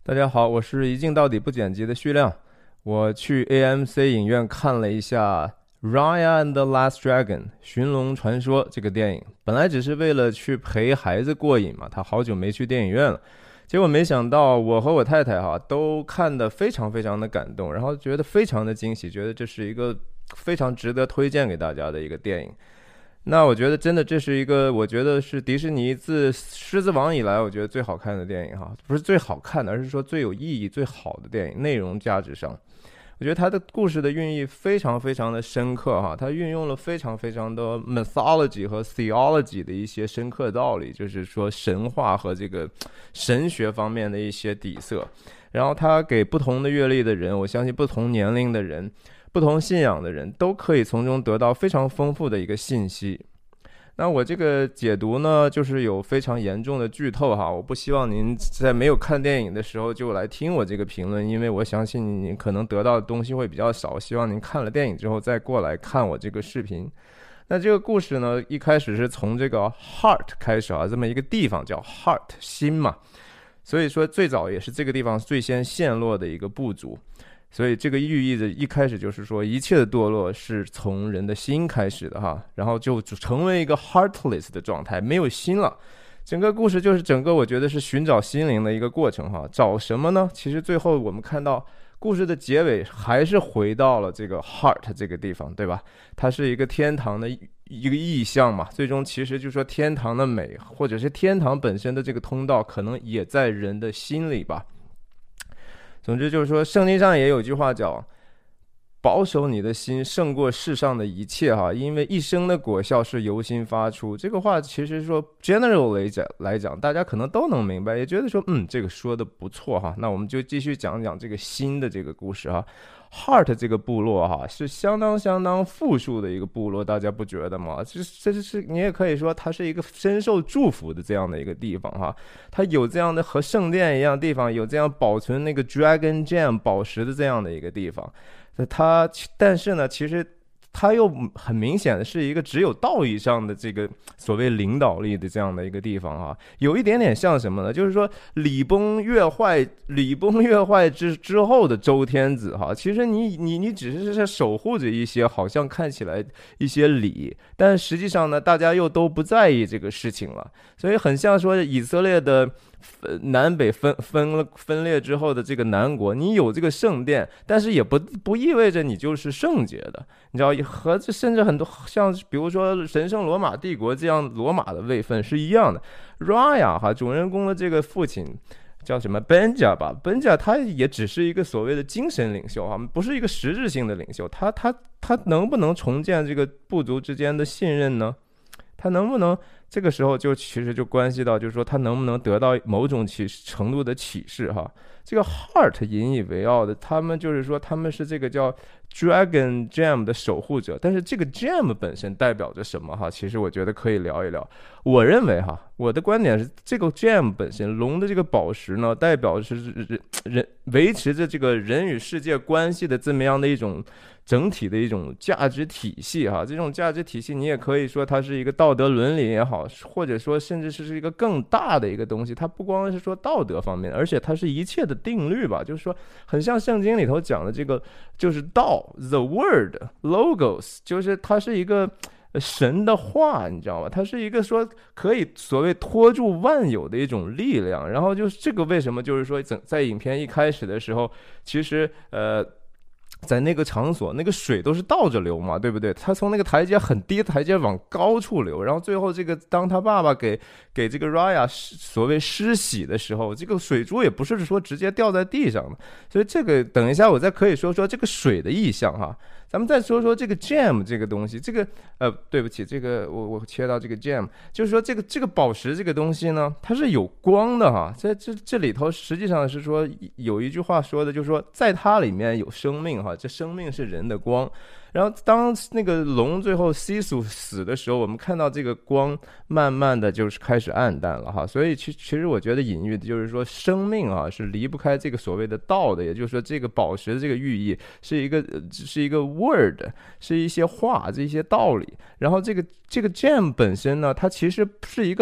大家好，我是一镜到底不剪辑的旭亮。我去 AMC 影院看了一下《Raya and the Last Dragon》寻龙传说这个电影，本来只是为了去陪孩子过瘾嘛，他好久没去电影院了。结果没想到我和我太太都看得非常非常的感动，然后觉得非常的惊喜，觉得这是一个非常值得推荐给大家的一个电影。那我觉得真的这是一个，我觉得是迪士尼自《狮子王》以来，我觉得最好看的电影不是最好看的，而是说最有意义、最好的电影，内容价值上，我觉得它的故事的寓意非常非常的深刻它运用了非常非常多 mythology 和 theology 的一些深刻道理，就是说神话和这个神学方面的一些底色，然后它给不同的阅历的人，我相信不同年龄的人。不同信仰的人都可以从中得到非常丰富的一个信息。那我这个解读呢，就是有非常严重的剧透我不希望您在没有看电影的时候就来听我这个评论，因为我相信您可能得到的东西会比较少，希望您看了电影之后再过来看我这个视频。那这个故事呢，一开始是从这个 Heart 开始这么一个地方叫 Heart 心嘛，所以说最早也是这个地方最先陷落的一个部族。所以这个寓意的一开始就是说，一切的堕落是从人的心开始的然后就成为一个 heartless 的状态，没有心了。整个故事就是我觉得是寻找心灵的一个过程找什么呢？其实最后我们看到故事的结尾还是回到了这个 heart 这个地方，对吧？它是一个天堂的一个意象嘛，最终其实就是说天堂的美，或者是天堂本身的这个通道，可能也在人的心里吧。总之就是说，圣经上也有句话叫保守你的心胜过世上的一切因为一生的果效是由心发出。这个话其实说 general 来讲大家可能都能明白，也觉得说这个说的不错那我们就继续讲讲这个心的这个故事Heart 这个部落是相当富庶的一个部落，大家不觉得吗？这是你也可以说它是一个深受祝福的这样的一个地方它有这样的和圣殿一样的地方，有这样保存那个 Dragon Gem 宝石的这样的一个地方。但是呢，其实它又很明显的是一个只有道义上的这个所谓领导力的这样的一个地方有一点点像什么呢？就是说礼崩乐坏之后的周天子其实你只是在守护着一些好像看起来一些礼，但实际上呢，大家又都不在意这个事情了，所以很像说以色列的南北分裂之后的这个南国，你有这个圣殿，但是也不意味着你就是圣洁的，你知道，和这甚至很多像比如说神圣罗马帝国这样罗马的位分是一样的。Raya 主人公的这个父亲叫什么 Benja 他也只是一个所谓的精神领袖不是一个实质性的领袖。他能不能重建这个部族之间的信任呢？他能不能这个时候其实就关系到，就是说他能不能得到某种程度的启示这个 Heart 引以为傲的，他们就是说他们是这个叫 Dragon Gem 的守护者，但是这个 Gem 本身代表着什么其实我觉得可以聊一聊。我认为我的观点是，这个 Gem 本身龙的这个宝石呢，代表是人维持着这个人与世界关系的这么样的一种整体的一种价值体系这种价值体系你也可以说它是一个道德伦理也好，或者说甚至是一个更大的一个东西，它不光是说道德方面，而且它是一切的定律吧，就是说很像圣经里头讲的这个就是道 the word logos， 就是它是一个神的话，你知道吗？它是一个说可以所谓托住万有的一种力量。然后就是这个为什么就是说在影片一开始的时候，其实在那个场所，那个水都是倒着流嘛，对不对？他从那个台阶很低的台阶往高处流，然后最后这个当他爸爸给这个 Raya 所谓施洗的时候，这个水珠也不是说直接掉在地上的，所以这个等一下我再可以说这个水的意象咱们再说说这个 gem 这个东西，这个对不起，这个我切到这个 gem， 就是说这个宝石这个东西呢，它是有光的这里头实际上是说有一句话说的，就是说在它里面有生命这生命是人的光。然后当那个龙最后西苏死的时候，我们看到这个光慢慢的就是开始暗淡了所以其实我觉得隐喻的就是说生命是离不开这个所谓的道的，也就是说这个宝石的这个寓意是一个 word， 是一些话，这些道理。然后这个 gem 本身呢，它其实是一个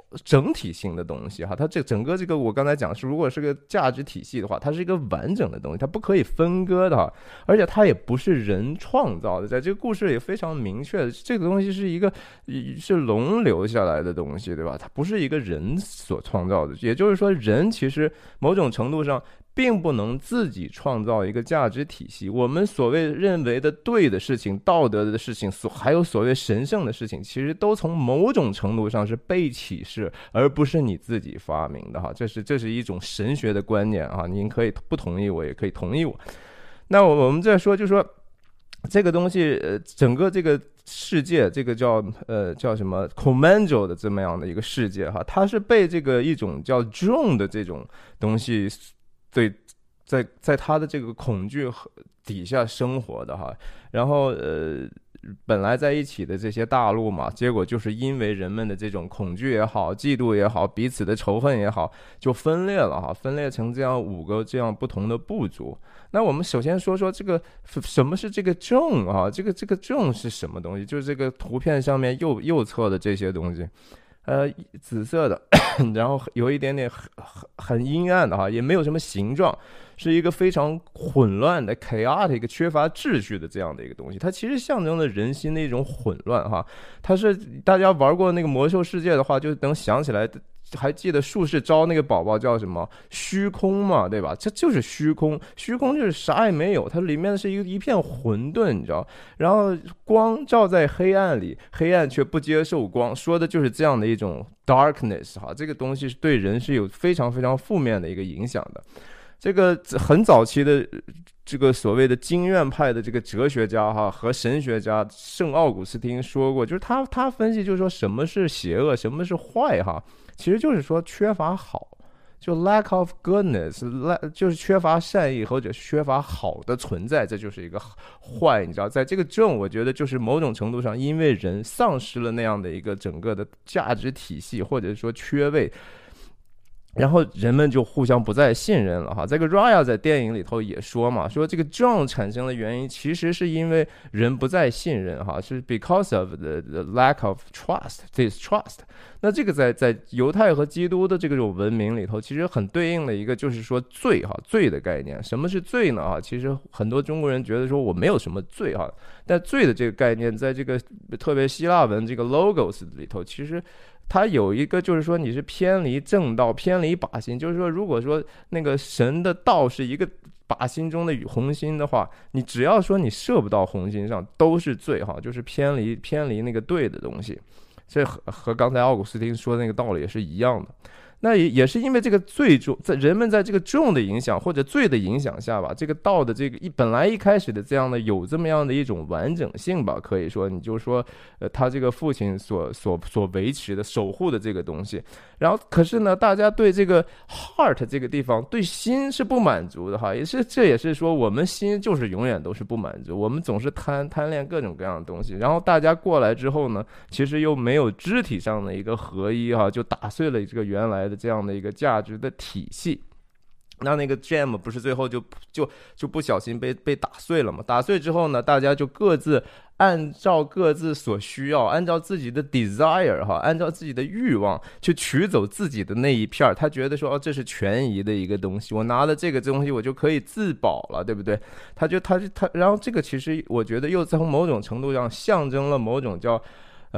整体性的东西哈，它这整个这个我刚才讲是，如果是个价值体系的话，它是一个完整的东西，它不可以分割的哈，而且它也不是人创造的，在这个故事也非常明确的，这个东西是一个是龙留下来的东西，对吧？它不是一个人所创造的，也就是说，人其实某种程度上并不能自己创造一个价值体系。我们所谓认为的对的事情、道德的事情，还有所谓神圣的事情，其实都从某种程度上是被启示，而不是你自己发明的哈。这是一种神学的观念啊，您可以不同意我，也可以同意我。那我们再说，就说这个东西，整个这个世界，这个叫什么 Comanche 的这么样的一个世界哈，它是被这个一种叫 drone 的这种东西。对，在他的这个恐惧底下生活的哈，然后本来在一起的这些大陆嘛，结果就是因为人们的这种恐惧也好、嫉妒也好、彼此的仇恨也好，就分裂了哈，分裂成这样5个这样不同的部族。那我们首先说说这个什么是这个正啊？这个正是什么东西？就是这个图片上面右侧的这些东西。紫色的，然后有一点点很阴暗的哈，也没有什么形状，是一个非常混乱的 chaotic 缺乏秩序的这样的一个东西。它其实象征了人心的一种混乱哈。它是大家玩过那个魔兽世界的话，就能想起来。还记得术士招那个宝宝叫什么虚空嘛，对吧？这就是虚空，虚空就是啥也没有，它里面是一片混沌，你知道？然后光照在黑暗里，黑暗却不接受光，说的就是这样的一种 darkness 哈。这个东西是对人是有非常非常负面的一个影响的。这个很早期的这个所谓的经验派的这个哲学家哈和神学家圣奥古斯丁说过，就是他分析就是说什么是邪恶，什么是坏哈。其实就是说缺乏好，就 lack of goodness， 就是缺乏善意或者缺乏好的存在，这就是一个坏，你知道，在这个正，我觉得就是某种程度上，因为人丧失了那样的一个整个的价值体系，或者说缺位。然后人们就互相不再信任了哈。这个 Raya 在电影里头也说嘛，说这个 John 产生的原因其实是因为人不再信任哈，是 because of the lack of distrust。那这个在犹太和基督的这种文明里头，其实很对应的一个就是说罪哈，罪的概念。什么是罪呢啊？其实很多中国人觉得说我没有什么罪哈，但罪的这个概念，在这个特别希腊文这个 logos 里头，其实它有一个就是说你是偏离正道，偏离靶心，就是说如果说那个神的道是一个靶心中的红心的话，你只要说你射不到红心上都是罪哈，就是偏离那个对的东西。这和刚才奥古斯丁说的那个道理也是一样的。那也是因为这个罪中，在人们在这个重的影响或者罪的影响下吧，这个道的这个本来一开始的这样的有这么样的一种完整性吧，可以说你就说，他这个父亲所维持的守护的这个东西，然后可是呢，大家对这个 heart 这个地方对心是不满足的哈，这也是说我们心就是永远都是不满足，我们总是贪恋各种各样的东西，然后大家过来之后呢，其实又没有肢体上的一个合一哈，就打碎了这个原来的这样的一个价值的体系。那个 gem 不是最后就不小心被打碎了嘛？打碎之后呢，大家就各自按照各自所需要，按照自己的 desire 哈，按照自己的欲望去取走自己的那一片。他觉得说，这是权宜的一个东西，我拿了这个东西，我就可以自保了，对不对？他，然后这个其实我觉得又从某种程度上象征了某种叫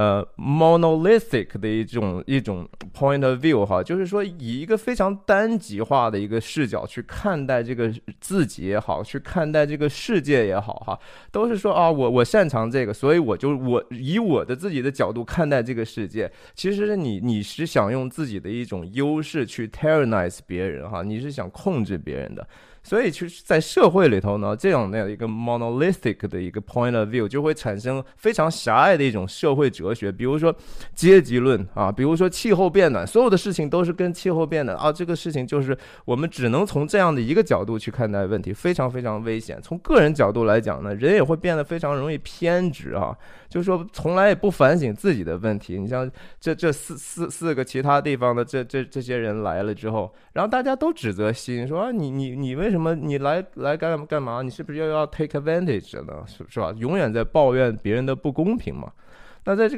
monolithic 的一种 point of view 哈，就是说以一个非常单极化的一个视角去看待这个自己也好，去看待这个世界也好哈，都是说啊，我擅长这个，所以我以我的自己的角度看待这个世界。其实你是想用自己的一种优势去 tyrannize 别人哈，你是想控制别人的。所以其实在社会里头呢，这样的一个 monolithic 的一个 point of view 就会产生非常狭隘的一种社会哲学，比如说阶级论啊，比如说气候变暖，所有的事情都是跟气候变暖啊，这个事情就是我们只能从这样的一个角度去看待问题，非常非常危险。从个人角度来讲呢，人也会变得非常容易偏执啊，就是说从来也不反省自己的问题。你像这四个其他地方的这些人来了之后，然后大家都指责心说啊，你为什么你来干嘛？你是不是take advantage 呢？是吧？永远在抱怨别人的不公平嘛。那在这个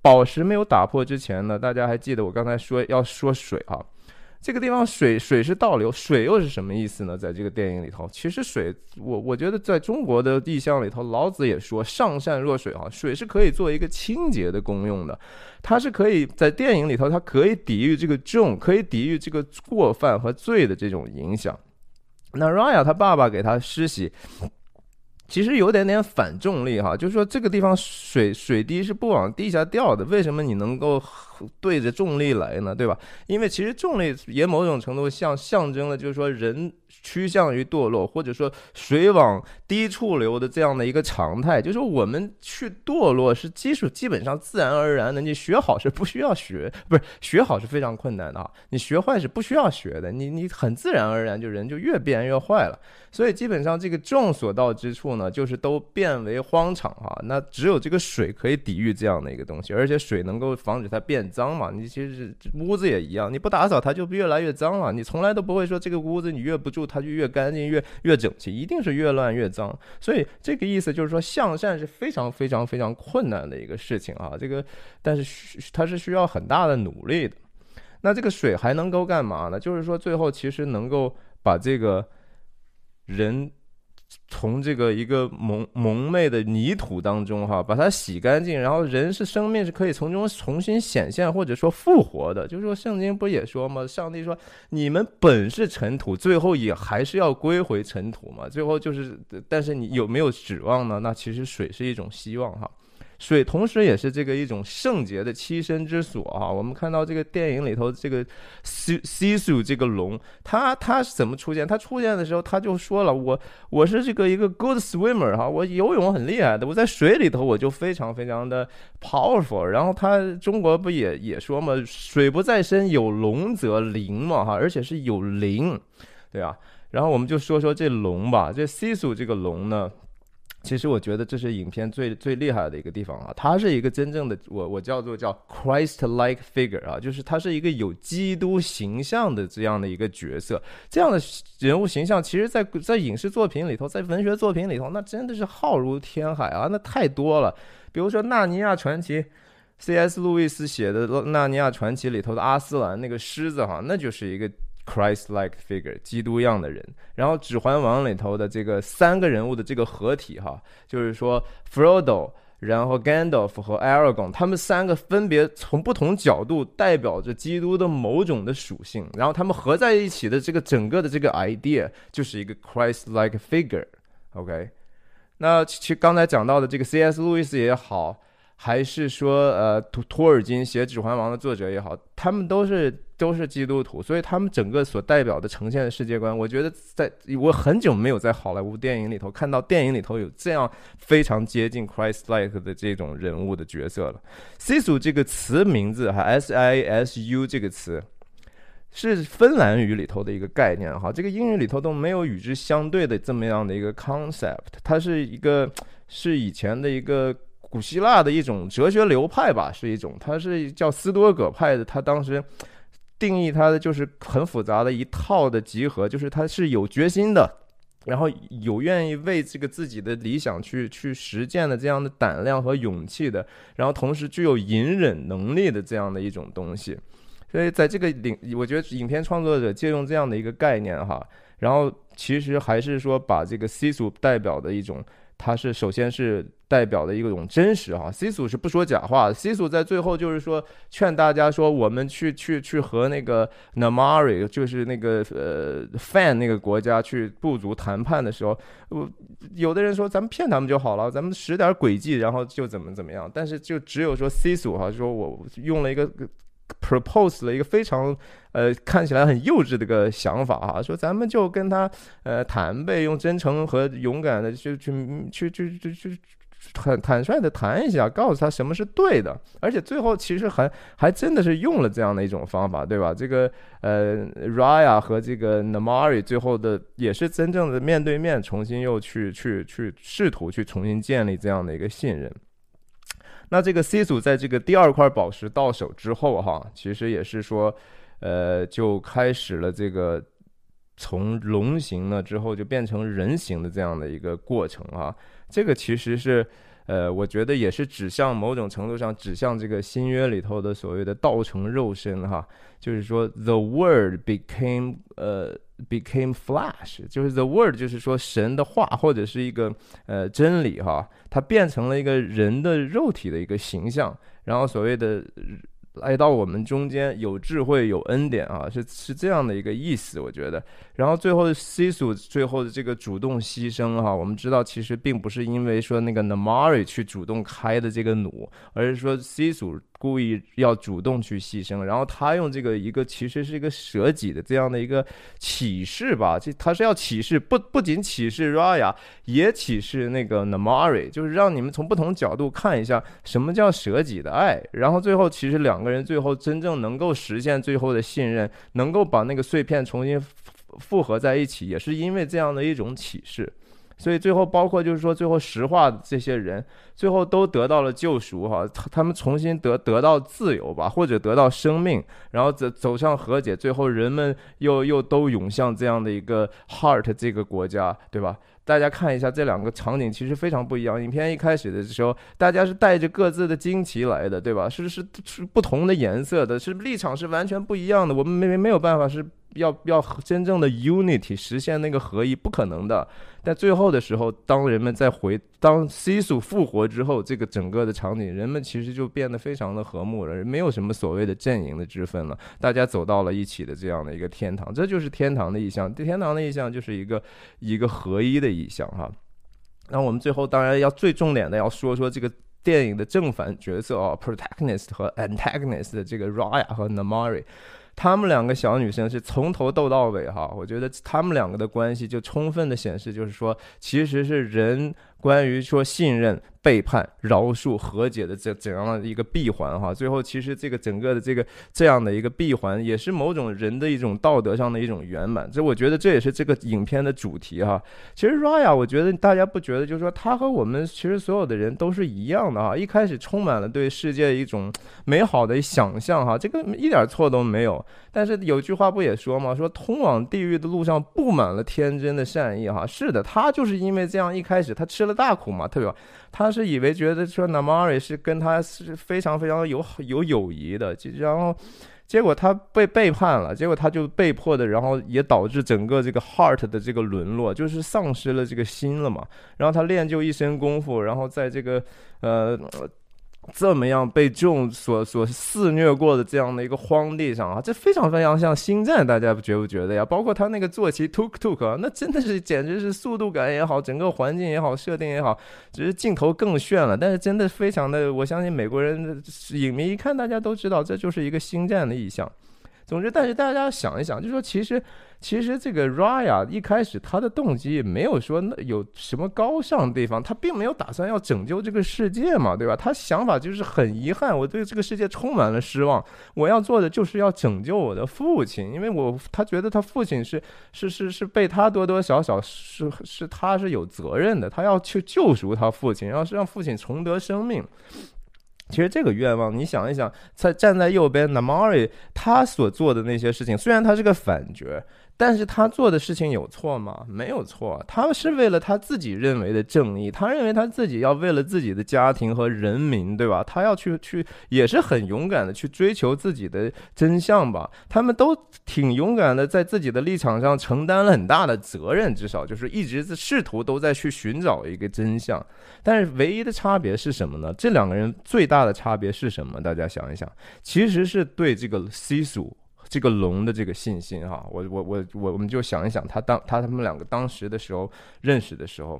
宝石没有打破之前呢，大家还记得我刚才要说水啊，这个地方水是倒流，水又是什么意思呢？在这个电影里头，其实水，我觉得在中国的意象里头，老子也说上善若水啊，水是可以做一个清洁的功用的，它是可以在电影里头，它可以抵御这个重，可以抵御这个过犯和罪的这种影响。那 Raya 他爸爸给他施洗，其实有点反重力哈，就是说这个地方水滴是不往地下掉的，为什么你能够对着重力来呢？对吧？因为其实重力也某种程度象征了，就是说人趋向于堕落，或者说水往低处流的这样的一个常态，就是我们去堕落是基本上自然而然的。你学好是不需要学，不是学好是非常困难的啊，你学坏是不需要学的，你很自然而然就人就越变越坏了。所以基本上这个众所到之处呢，就是都变为荒场哈。那只有这个水可以抵御这样的一个东西，而且水能够防止它变脏嘛。你其实屋子也一样，你不打扫它就越来越脏了。你从来都不会说这个屋子你越不住它就越干净越整齐，一定是越乱越脏。所以这个意思就是说，向善是非常非常非常困难的一个事情啊。这个但是它是需要很大的努力的。那这个水还能够干嘛呢？就是说最后其实能够把这个人从这个一个蒙昧的泥土当中哈，把它洗干净，然后人是生命是可以从中重新显现或者说复活的。就是说圣经不也说吗？上帝说你们本是尘土，最后也还是要归回尘土嘛。最后就是，但是你有没有指望呢？那其实水是一种希望哈。水同时也是这个一种圣洁的栖身之所啊！我们看到这个电影里头，这个Sisu 这个龙，他是怎么出现？他出现的时候，他就说了，我是这个一个 good swimmer 哈，我游泳很厉害的，我在水里头我就非常非常的 powerful。然后他中国不也说嘛，水不在深，有龙则灵嘛哈，而且是有灵，对吧？然后我们就说说这龙吧，这 Sisu 这个龙呢。其实我觉得这是影片最厉害的一个地方啊，它是一个真正的我叫 Christ-like figure 啊，就是它是一个有基督形象的这样的一个角色。这样的人物形象，其实在影视作品里头，在文学作品里头，那真的是浩如天海啊，那太多了。比如说《纳尼亚传奇》，C.S. 路易斯写的《纳尼亚传奇》里头的阿斯兰那个狮子哈，那就是一个Christ-like figure 基督样的人。然后指环王里头的这个三个人物的这个合体哈，就是说 Frodo 然后 Gandalf 和 Aragorn 他们三个分别从不同角度代表着基督的某种的属性，然后他们合在一起的这个整个的这个 idea 就是一个 Christ-like figure。 OK， 那其实刚才讲到的这个 C.S. 路易斯也好，还是说托尔金写《指环王》的作者也好，他们都是基督徒，所以他们整个所代表的呈现的世界观，我觉得我很久没有在好莱坞电影里头看到电影里头有这样非常接近 Christ-like 的这种人物的角色了。Sisu 这个词名字还 Sisu 这个词是芬兰语里头的一个概念哈，这个英语里头都没有与之相对的这么样的一个 concept， 它是以前的一个古希腊的一种哲学流派吧，是一种，它是叫斯多葛派的，它当时定义它的就是很复杂的一套的集合，就是它是有决心的，然后有愿意为这个自己的理想去实践的这样的胆量和勇气的，然后同时具有隐忍能力的这样的一种东西。所以在这个我觉得影片创作者借用这样的一个概念哈，然后其实还是说把这个 Sisu 代表的一种，它是首先是代表的一种真实哈。Sisu 是不说假话的， Sisu 在最后就是说劝大家说，我们去和那个 Namari 就是那个Fan 那个国家去部族谈判的时候，有的人说咱们骗他们就好了，咱们使点诡计然后就怎么样，但是就只有说 Sisu 哈，说我用了一个propose 了一个非常看起来很幼稚的一个想法哈，说咱们就跟他谈呗，用真诚和勇敢的去坦率的谈一下，告诉他什么是对的，而且最后其实还真的是用了这样的一种方法，对吧？这个Raya 和这个 Namari 最后的也是真正的面对面，重新又去试图去重新建立这样的一个信任。那这个 Sisu 在这个第二块宝石到手之后哈，其实也是说就开始了这个从龙形呢之后就变成人形的这样的一个过程啊。这个其实是我觉得也是指向某种程度上指向这个新约里头的所谓的道成肉身哈，就是说 the word became flesh， 就是 the word 就是说神的话或者是一个真理哈，它变成了一个人的肉体的一个形象，然后所谓的来到我们中间，有智慧有恩典啊，是这样的一个意思，我觉得。然后最后Sisu最后的这个主动牺牲哈，我们知道其实并不是因为说那个 Namari 去主动开的这个弩，而是说 Sisu 故意要主动去牺牲，然后他用这个一个其实是一个舍己的这样的一个启示吧，他是要启示不仅启示 Raya， 也启示那个 Namari， 就是让你们从不同角度看一下什么叫舍己的爱，然后最后其实两个人最后真正能够实现最后的信任，能够把那个碎片重新复合在一起，也是因为这样的一种启示。所以最后包括就是说最后石化的这些人最后都得到了救赎哈，他们重新得到自由吧，或者得到生命，然后走向和解，最后人们又都涌向这样的一个 Heart 这个国家，对吧？大家看一下这两个场景其实非常不一样。影片一开始的时候大家是带着各自的旌旗来的，对吧？是不同的颜色的，是立场是完全不一样的，我们没有办法是要真正的 unity 实现那个合一，不可能的。但最后的时候，当人们当 Sisu 复活之后，这个整个的场景，人们其实就变得非常的和睦了，没有什么所谓的阵营的之分了，大家走到了一起的这样的一个天堂，这就是天堂的意象。天堂的意象就是一个合一的意象哈。那我们最后当然最重点的要说这个电影的正反角色啊 ，protagonist 和 antagonist 的这个 Raya 和 Namari。他们两个小女生是从头斗到尾哈，我觉得他们两个的关系就充分的显示，就是说其实是人关于说信任、背叛、饶恕、和解的怎样的一个闭环哈。最后其实这个整个的这样的一个闭环，也是某种人的一种道德上的一种圆满。我觉得这也是这个影片的主题哈。其实 Raya 我觉得大家不觉得就是说他和我们其实所有的人都是一样的哈，一开始充满了对世界一种美好的想象哈，这个一点错都没有。但是有句话不也说吗？说通往地狱的路上布满了天真的善意哈。是的，他就是因为这样一开始他吃了大苦嘛，对吧？他是以为觉得说 Namari 是跟他是非常非常有友谊的，然后结果他被背叛了，结果他就被迫的，然后也导致整个这个 Heart 的这个沦落，就是丧失了这个心了嘛。然后他练就一身功夫，然后在这个这么样被众所肆虐过的这样的一个荒地上啊，这非常非常像星战，大家觉不觉得呀？包括他那个坐骑 tuk 啊，那真的是简直是速度感也好，整个环境也好，设定也好，只是镜头更炫了，但是真的非常的，我相信美国人影迷一看大家都知道这就是一个星战的意象。总之，但是大家想一想，就说其实这个 Raya 一开始他的动机也没有说有什么高尚的地方，他并没有打算要拯救这个世界嘛，对吧？他想法就是很遗憾，我对这个世界充满了失望，我要做的就是要拯救我的父亲，因为他觉得他父亲是被他多多少少是他是有责任的，他要去救赎他父亲，要是让父亲重得生命。其实这个愿望，你想一想，站在右边 Namari 他所做的那些事情，虽然他是个反角，但是他做的事情有错吗？没有错，他是为了他自己认为的正义，他认为他自己要为了自己的家庭和人民，对吧？他要去也是很勇敢的去追求自己的真相吧。他们都挺勇敢的，在自己的立场上承担了很大的责任，至少就是一直试图都在去寻找一个真相。但是唯一的差别是什么呢？这两个人最大的差别是什么？大家想一想，其实是对这个 Sisu 这个龙的这个信心哈。我们就想一想，他们两个当时的时候认识的时候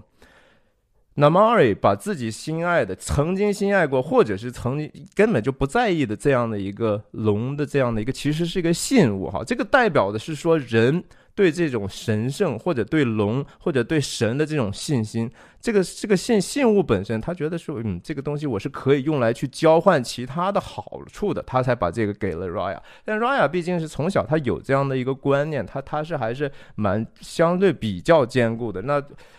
，Namari 把自己心爱的、曾经心爱过，或者是曾经根本就不在意的这样的一个龙的这样的一个，其实是一个信物哈。这个代表的是说人对这种神圣或者对龙或者对神的这种信心，这个信物本身，他觉得说，这个东西我是可以用来去交换其他的好处的，他才把这个给了 Raya。但 Raya 毕竟是从小他有这样的一个观念，他是还是蛮相对比较坚固的。那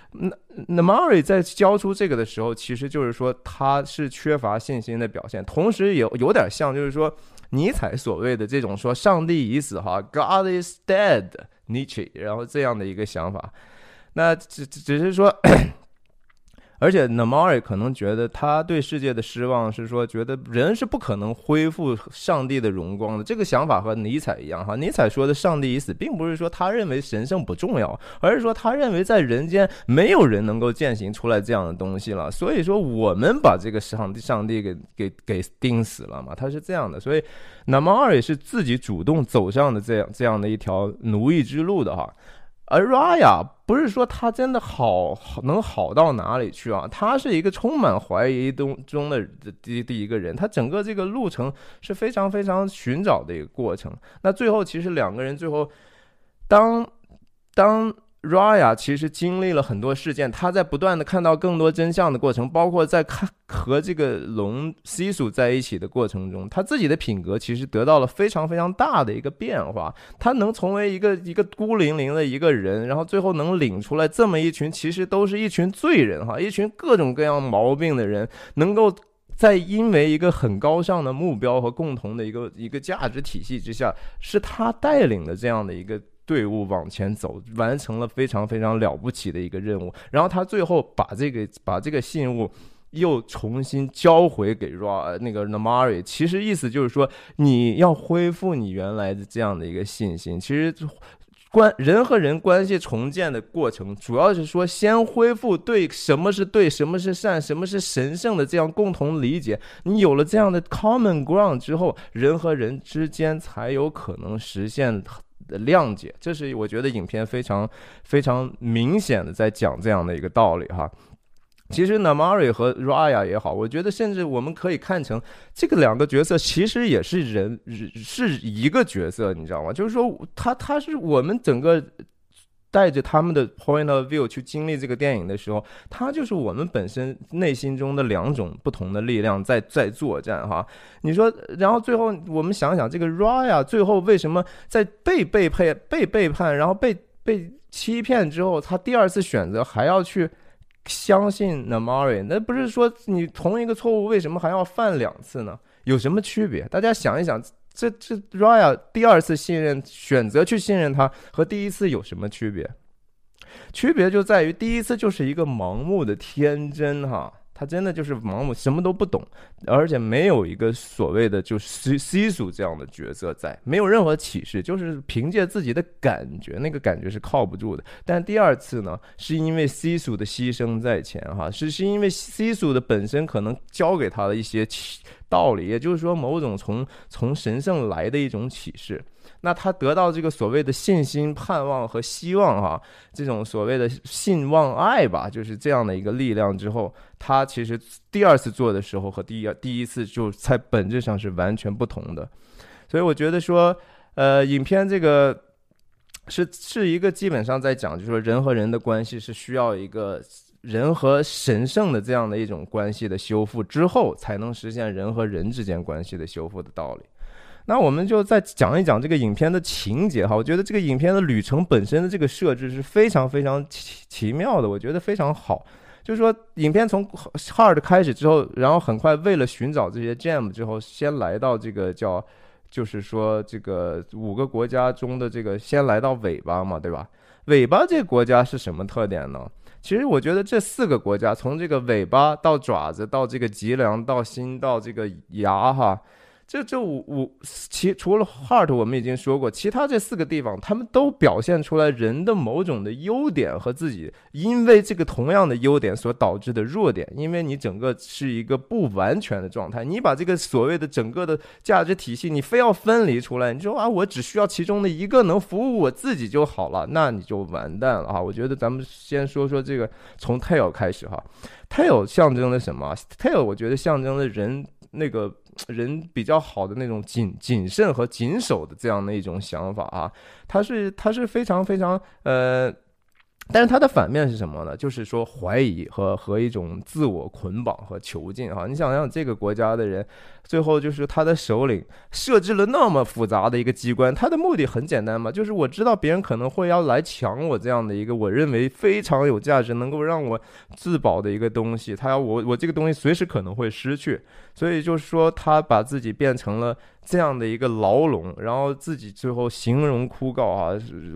Namari 在交出这个的时候，其实就是说他是缺乏信心的表现，同时也有点像就是说尼采所谓的这种说上帝已死哈 ，God is dead。Nietzsche， 然后这样的一个想法，那只是说而且 Namari 可能觉得他对世界的失望是说，觉得人是不可能恢复上帝的荣光的。这个想法和尼采一样哈，尼采说的上帝已死，并不是说他认为神圣不重要，而是说他认为在人间没有人能够践行出来这样的东西了。所以说我们把这个上帝给钉死了嘛，他是这样的。所以 Namari 是自己主动走上的这样的一条奴役之路的哈。而 Raya 不是说他真的能好到哪里去啊，他是一个充满怀疑中的第一个人，他整个这个路程是非常非常寻找的一个过程。那最后其实两个人最后当 Raya 其实经历了很多事件，他在不断的看到更多真相的过程，包括在和这个龙西蜀在一起的过程中，他自己的品格其实得到了非常非常大的一个变化。他能成为一个孤零零的一个人，然后最后能领出来这么一群其实都是一群罪人哈，一群各种各样毛病的人，能够在因为一个很高尚的目标和共同的一个价值体系之下，是他带领的这样的一个队伍往前走，完成了非常非常了不起的一个任务。然后他最后把这个信物又重新交回给那个 Namari， 其实意思就是说你要恢复你原来的这样的一个信心。其实人和人关系重建的过程，主要是说先恢复对什么是对、什么是善、什么是神圣的这样共同理解。你有了这样的 common ground 之后，人和人之间才有可能实现的谅解。这是我觉得影片非常非常明显的在讲这样的一个道理哈。其实 Namari 和 Raya 也好，我觉得甚至我们可以看成这个两个角色其实也是是一个角色，你知道吗？就是说他是我们整个带着他们的 point of view 去经历这个电影的时候，它就是我们本身内心中的两种不同的力量在作战哈。你说，然后最后我们想想，这个 Raya 最后为什么在被背叛，然后被欺骗之后，他第二次选择还要去相信 Namari？ 那不是说你同一个错误为什么还要犯两次呢？有什么区别？大家想一想。这 Raya 第二次选择去信任他和第一次有什么区别？区别就在于第一次就是一个盲目的天真哈，他真的就是盲目，什么都不懂，而且没有一个所谓的就是西蜀这样的角色在，没有任何启示，就是凭借自己的感觉，那个感觉是靠不住的。但第二次呢，是因为西蜀的牺牲在前哈，是因为西蜀的本身可能教给他的一些道理，也就是说某种从神圣来的一种启示。那他得到这个所谓的信心、盼望和希望哈，这种所谓的信望爱吧，就是这样的一个力量之后，他其实第二次做的时候和第一次就在本质上是完全不同的。所以我觉得说影片这个是一个基本上在讲，就是说人和人的关系是需要一个人和神圣的这样的一种关系的修复之后，才能实现人和人之间关系的修复的道理。那我们就再讲一讲这个影片的情节哈，我觉得这个影片的旅程本身的这个设置是非常非常奇妙的，我觉得非常好。就是说，影片从 Hard 开始之后，然后很快为了寻找这些 gem 之后，先来到这个就是说这个5个国家中的这个先来到尾巴嘛，对吧？尾巴这个国家是什么特点呢？其实我觉得这4个国家，从这个尾巴到爪子到这个脊梁到心到这个牙哈。这除了 Heart 我们已经说过，其他这4个地方他们都表现出来人的某种的优点和自己因为这个同样的优点所导致的弱点。因为你整个是一个不完全的状态，你把这个所谓的整个的价值体系你非要分离出来，你说我只需要其中的一个能服务我自己就好了，那你就完蛋了啊！我觉得咱们先说说这个从 Tail 开始哈。 Tail 象征了什么？ Tail 我觉得象征了人那个人比较好的那种谨慎和谨守的这样的一种想法啊，它是非常非常但是它的反面是什么呢？就是说怀疑和一种自我捆绑和囚禁哈。你想想这个国家的人，最后就是他的首领设置了那么复杂的一个机关，他的目的很简单嘛，就是我知道别人可能会要来抢我这样的一个我认为非常有价值能够让我自保的一个东西，他要我这个东西随时可能会失去，所以就是说他把自己变成了这样的一个牢笼，然后自己最后形容枯槁啊，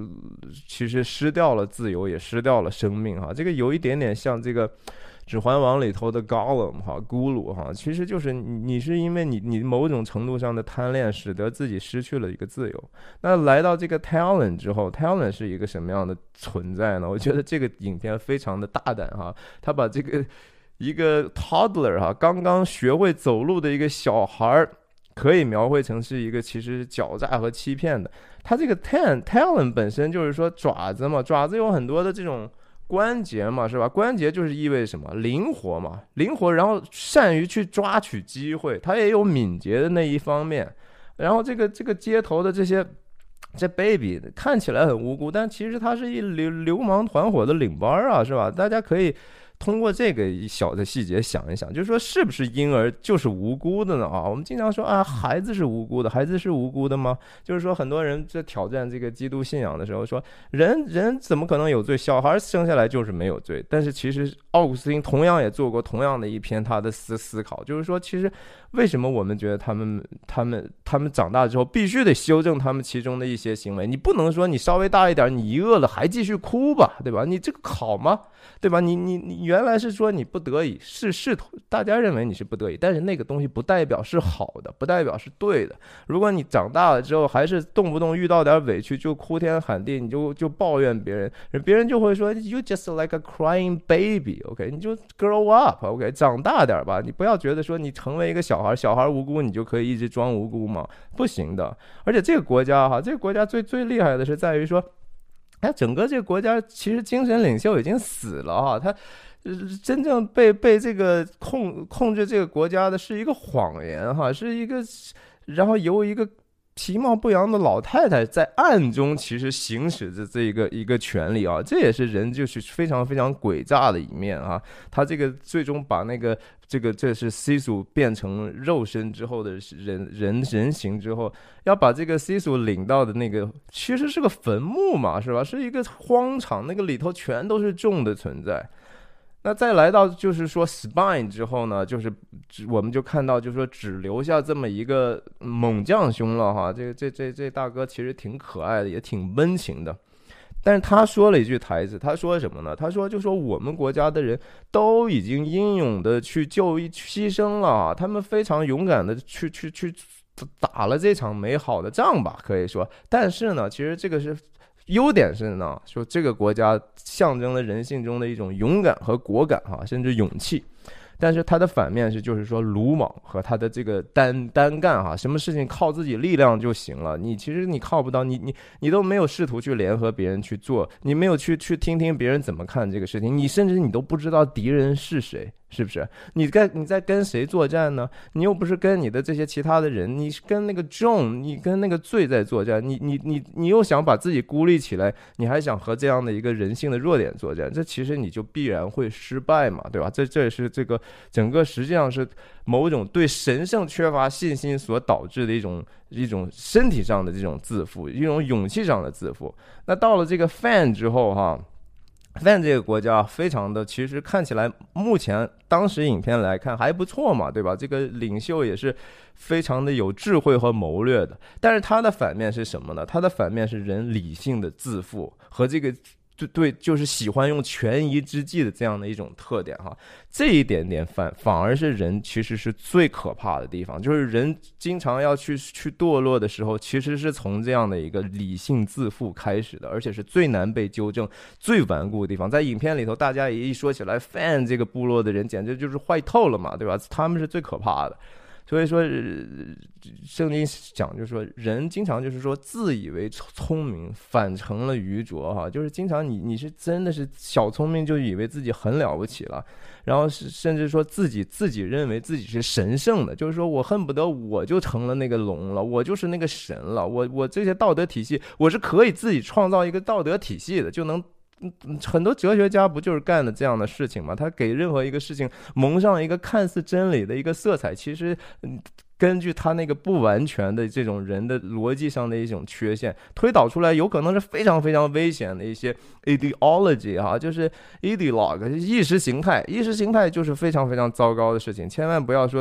其实失掉了自由，也失掉了生命哈。这个有一点点像这个《指环王》里头的 Gollum 哈，咕噜哈，其实就是你是因为你某种程度上的贪恋，使得自己失去了一个自由。那来到这个 Talon 之后 ，Talon 是一个什么样的存在呢？我觉得这个影片非常的大胆哈，他把这个一个 toddler 哈，刚刚学会走路的一个小孩，可以描绘成是一个其实狡诈和欺骗的。他这个 talon 本身就是说爪子嘛，爪子有很多的这种关节嘛，是吧？关节就是意味着什么？灵活嘛，灵活，然后善于去抓取机会，他也有敏捷的那一方面。然后这个街头的这 baby 看起来很无辜，但其实他是一流氓团伙的领班啊，是吧？大家可以通过这个小的细节想一想，就是说是不是婴儿就是无辜的呢？啊，我们经常说啊，孩子是无辜的，孩子是无辜的吗？就是说很多人在挑战这个基督信仰的时候说，人怎么可能有罪？小孩生下来就是没有罪。但是其实奥古斯丁同样也做过同样的一篇他的思考，就是说其实为什么我们觉得他们长大之后必须得修正他们其中的一些行为？你不能说你稍微大一点，你一饿了还继续哭吧，对吧？你这个好吗？对吧？你原来是说你不得已，是大家认为你是不得已，但是那个东西不代表是好的，不代表是对的。如果你长大了之后还是动不动遇到点委屈就哭天喊地，你就抱怨别人，别人就会说 You just like a crying baby，OK， 你就 grow up，OK， 长大点吧，你不要觉得说你成为一个小孩无辜，你就可以一直装无辜嘛，不行的。而且这个国家哈，这个国家最厉害的是在于说，整个这个国家其实精神领袖已经死了哈，他真正被这个控制这个国家的是一个谎言哈，是一个，然后由一个其貌不扬的老太太在暗中其实行使着这一个权利啊，这也是人就是非常非常诡诈的一面啊。他这个最终把那个这是 Sisu 变成肉身之后的人形之后，要把这个 Sisu 领到的那个其实是个坟墓嘛，是吧？是一个荒场，那个里头全都是重的存在。那再来到就是说 Spine 之后呢，就是我们就看到就是说只留下这么一个猛将兄了哈，这大哥其实挺可爱的，也挺温情的。但是他说了一句台词，他说什么呢？他说就说我们国家的人都已经英勇的去牺牲了，他们非常勇敢的去打了这场美好的仗吧，可以说。但是呢，其实这个是优点是呢，说这个国家象征了人性中的一种勇敢和果敢哈，甚至勇气。但是它的反面是，就是说鲁莽和他的这个单干哈，什么事情靠自己力量就行了，其实你靠不到，你都没有试图去联合别人去做，你没有去听听别人怎么看这个事情，你甚至你都不知道敌人是谁。是不是？你在跟谁作战呢？你又不是跟你的这些其他的人，你是跟那个 John， 你跟那个罪在作战，你又想把自己孤立起来，你还想和这样的一个人性的弱点作战，这其实你就必然会失败嘛，对吧？这也是这个整个实际上是某种对神圣缺乏信心所导致的一种身体上的这种自负，一种勇气上的自负。那到了这个 Fan 之后哈。Fan 这个国家非常的，其实看起来目前当时影片来看还不错嘛，对吧？这个领袖也是非常的有智慧和谋略的，但是他的反面是什么呢？他的反面是人理性的自负和这个对，就是喜欢用权宜之计的这样的一种特点哈，这一点反而是人其实是最可怕的地方，就是人经常要去堕落的时候，其实是从这样的一个理性自负开始的，而且是最难被纠正、最顽固的地方。在影片里头，大家也一说起来 ，Fan 这个部落的人简直就是坏透了嘛，对吧？他们是最可怕的。所以说，圣经讲就是说，人经常就是说自以为聪明，反成了愚拙哈。就是经常你是真的是小聪明，就以为自己很了不起了，然后甚至说自己认为自己是神圣的，就是说我恨不得我就成了那个龙了，我就是那个神了，我这些道德体系，我是可以自己创造一个道德体系的，就能。很多哲学家不就是干的这样的事情吗？他给任何一个事情蒙上一个看似真理的一个色彩，其实根据他那个不完全的这种人的逻辑上的一种缺陷，推导出来有可能是非常非常危险的一些 ideology 哈，就是 ideologue 意识形态就是非常非常糟糕的事情，千万不要说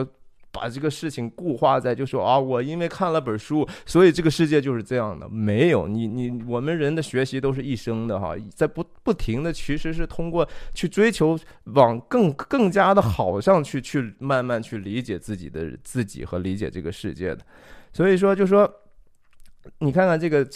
把这个事情固化在就说啊，我因为看了本书，所以这个世界就是这样的。没有，我们人的学习都是一生的哈，在不停的其实是通过去追求往更加的好上去慢慢去理解自己和理解这个世界的。所以说就说。你看看这个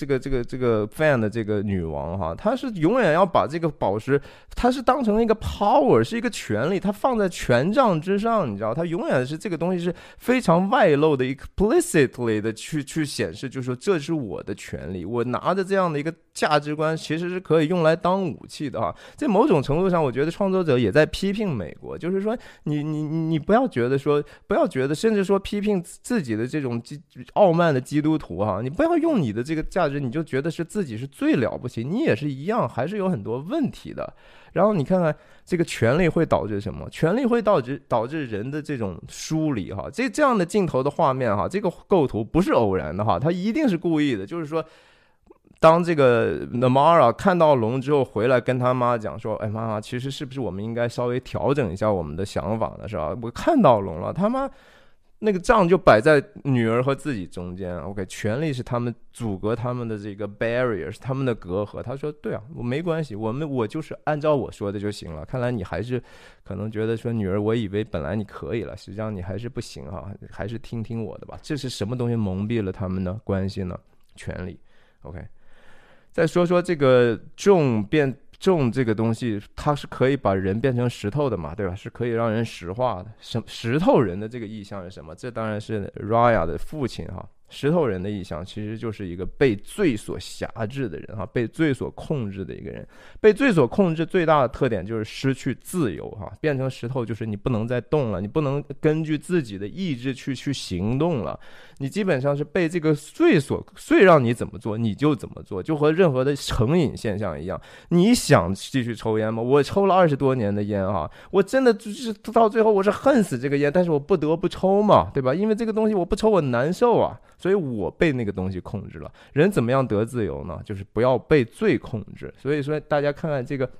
fan 的这个女王哈，她是永远要把这个宝石，她是当成一个 power， 是一个权利，她放在权杖之上，你知道，她永远是这个东西是非常外露的 explicitly 的去显示，就是说这是我的权利，我拿着这样的一个价值观，其实是可以用来当武器的哈。在某种程度上，我觉得创作者也在批评美国，就是说你不要觉得甚至说批评自己的这种傲慢的基督徒哈。你不要用你的这个价值，你就觉得是自己是最了不起，你也是一样，还是有很多问题的。然后你看看这个权力会导致什么？权力会导致人的这种疏离哈。这样的镜头的画面哈，这个构图不是偶然的哈，它一定是故意的。就是说，当这个 Namara 看到龙之后回来跟他妈讲说：“哎妈妈，其实是不是我们应该稍微调整一下我们的想法呢？是吧？我看到龙了，他妈。”那个仗就摆在女儿和自己中间 ，OK， 权力是他们阻隔他们的这个 barrier， 是他们的隔阂。他说：“对啊，我没关系，我就是按照我说的就行了。看来你还是可能觉得说女儿，我以为本来你可以了，实际上你还是不行哈，还是听听我的吧。这是什么东西蒙蔽了他们的关系呢？权力 ，OK。再说说这个重这个东西，它是可以把人变成石头的嘛，对吧？是可以让人石化的。石头人的这个意象是什么？这当然是 Raya 的父亲哈。石头人的意象其实就是一个被罪所辖制的人哈，被罪所控制的一个人。被罪所控制最大的特点就是失去自由哈，变成石头就是你不能再动了，你不能根据自己的意志去行动了，你基本上是被这个罪让你怎么做你就怎么做，就和任何的成瘾现象一样。你想继续抽烟吗？我抽了20多年的烟哈，我真的就是到最后我是恨死这个烟，但是我不得不抽嘛，对吧？因为这个东西我不抽我难受啊。所以我被那个东西控制了。人怎么样得自由呢？就是不要被罪控制。所以说，大家看看这个，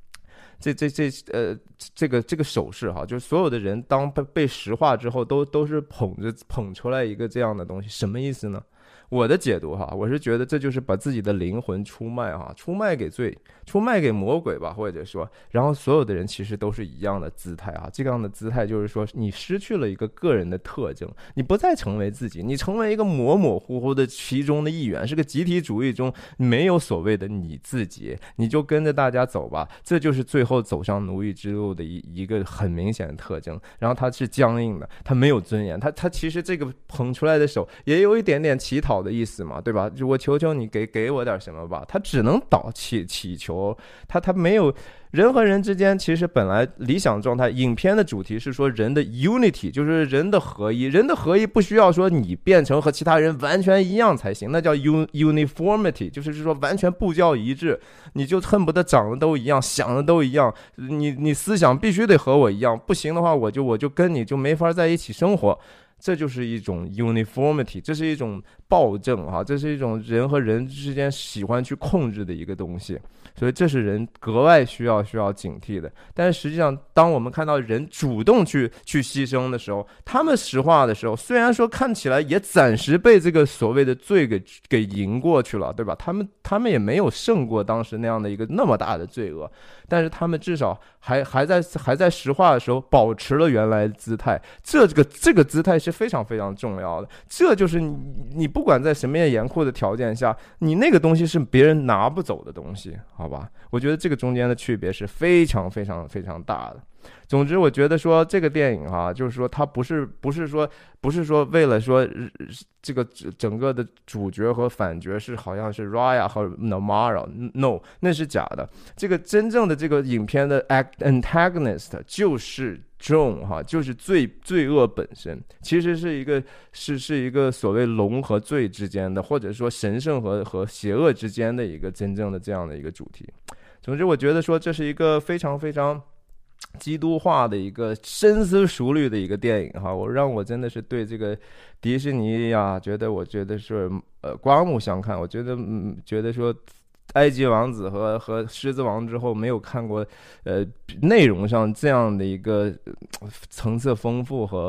这个手势哈，就是所有的人当被石化之后，都是捧出来一个这样的东西，什么意思呢？我的解读哈，我是觉得这就是把自己的灵魂出卖哈，出卖给罪，出卖给魔鬼吧，或者说，然后所有的人其实都是一样的姿态啊，这样的姿态就是说，你失去了一个个人的特征，你不再成为自己，你成为一个模模糊糊的其中的一员，是个集体主义中没有所谓的你自己，你就跟着大家走吧，这就是最后走上奴役之路的一个很明显的特征。然后它是僵硬的，它没有尊严，它其实这个捧出来的手也有一点点乞讨的意思嘛，对吧？就我求求你给我点什么吧，他只能祈求，他没有。人和人之间其实本来理想状态，影片的主题是说人的 unity， 就是人的合一。人的合一不需要说你变成和其他人完全一样才行，那叫 uniformity， 就是说完全步调一致，你就恨不得长得都一样，想的都一样，你思想必须得和我一样，不行的话我就跟你就没法在一起生活。这就是一种 uniformity， 这是一种暴政啊，这是一种人和人之间喜欢去控制的一个东西，所以这是人格外需要警惕的。但是实际上，当我们看到人主动去牺牲的时候，他们石化的时候，虽然说看起来也暂时被这个所谓的罪给赢过去了，对吧？他们也没有胜过当时那样的一个那么大的罪恶，但是他们至少还在石化的时候保持了原来的姿态，这个姿态是非常非常重要的。这就是你不管在什么样严酷的条件下，你那个东西是别人拿不走的东西，好吧？我觉得这个中间的区别是非常非常非常大的。总之，我觉得说这个电影哈，就是说它不是说为了说这个整个的主角和反角是好像是 Raya 和 Namara，no， 那是假的。这个真正的这个影片的 antagonist 就是Jon 哈，就是罪恶本身，其实是一个所谓龙和罪之间的，或者说神圣和邪恶之间的一个真正的这样的一个主题。总之，我觉得说这是一个非常非常基督化的一个深思熟虑的一个电影哈，让我真的是对这个迪士尼呀，我觉得是刮目相看。我觉得说埃及王子和狮子王之后没有看过内容上这样的一个层次丰富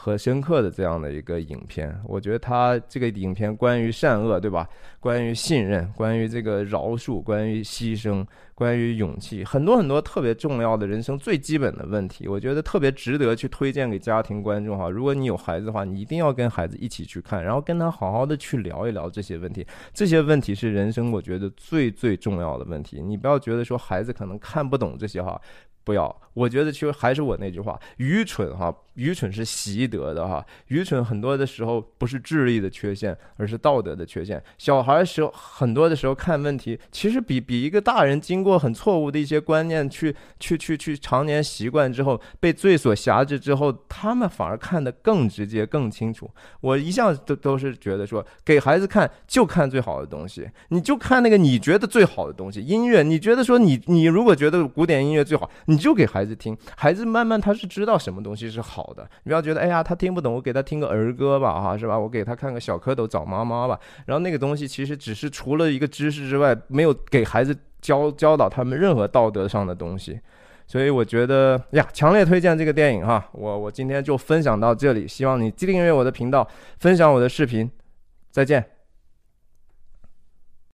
和深刻的这样的一个影片。我觉得他这个影片关于善恶，对吧？关于信任，关于这个饶恕，关于牺牲，关于勇气，很多很多特别重要的人生最基本的问题，我觉得特别值得去推荐给家庭观众哈。如果你有孩子的话，你一定要跟孩子一起去看，然后跟他好好的去聊一聊这些问题。这些问题是人生我觉得最最重要的问题。你不要觉得说孩子可能看不懂这些哈，不要，我觉得其实还是我那句话，愚蠢哈，愚蠢是习得的哈，愚蠢很多的时候不是智力的缺陷，而是道德的缺陷。小孩时候很多的时候看问题，其实比一个大人经过很错误的一些观念去常年习惯之后，被罪所辖制之后，他们反而看得更直接、更清楚。我一向都是觉得说，给孩子看就看最好的东西，你就看那个你觉得最好的东西。音乐，你觉得说你如果觉得古典音乐最好，你就给孩子听，孩子慢慢他是知道什么东西是好的。你不要觉得哎呀他听不懂，我给他听个儿歌吧哈，是吧？我给他看个小蝌蚪找妈妈吧。然后那个东西其实只是除了一个知识之外，没有给孩子教导他们任何道德上的东西。所以我觉得呀，强烈推荐这个电影哈。我今天就分享到这里，希望你订阅我的频道，分享我的视频，再见。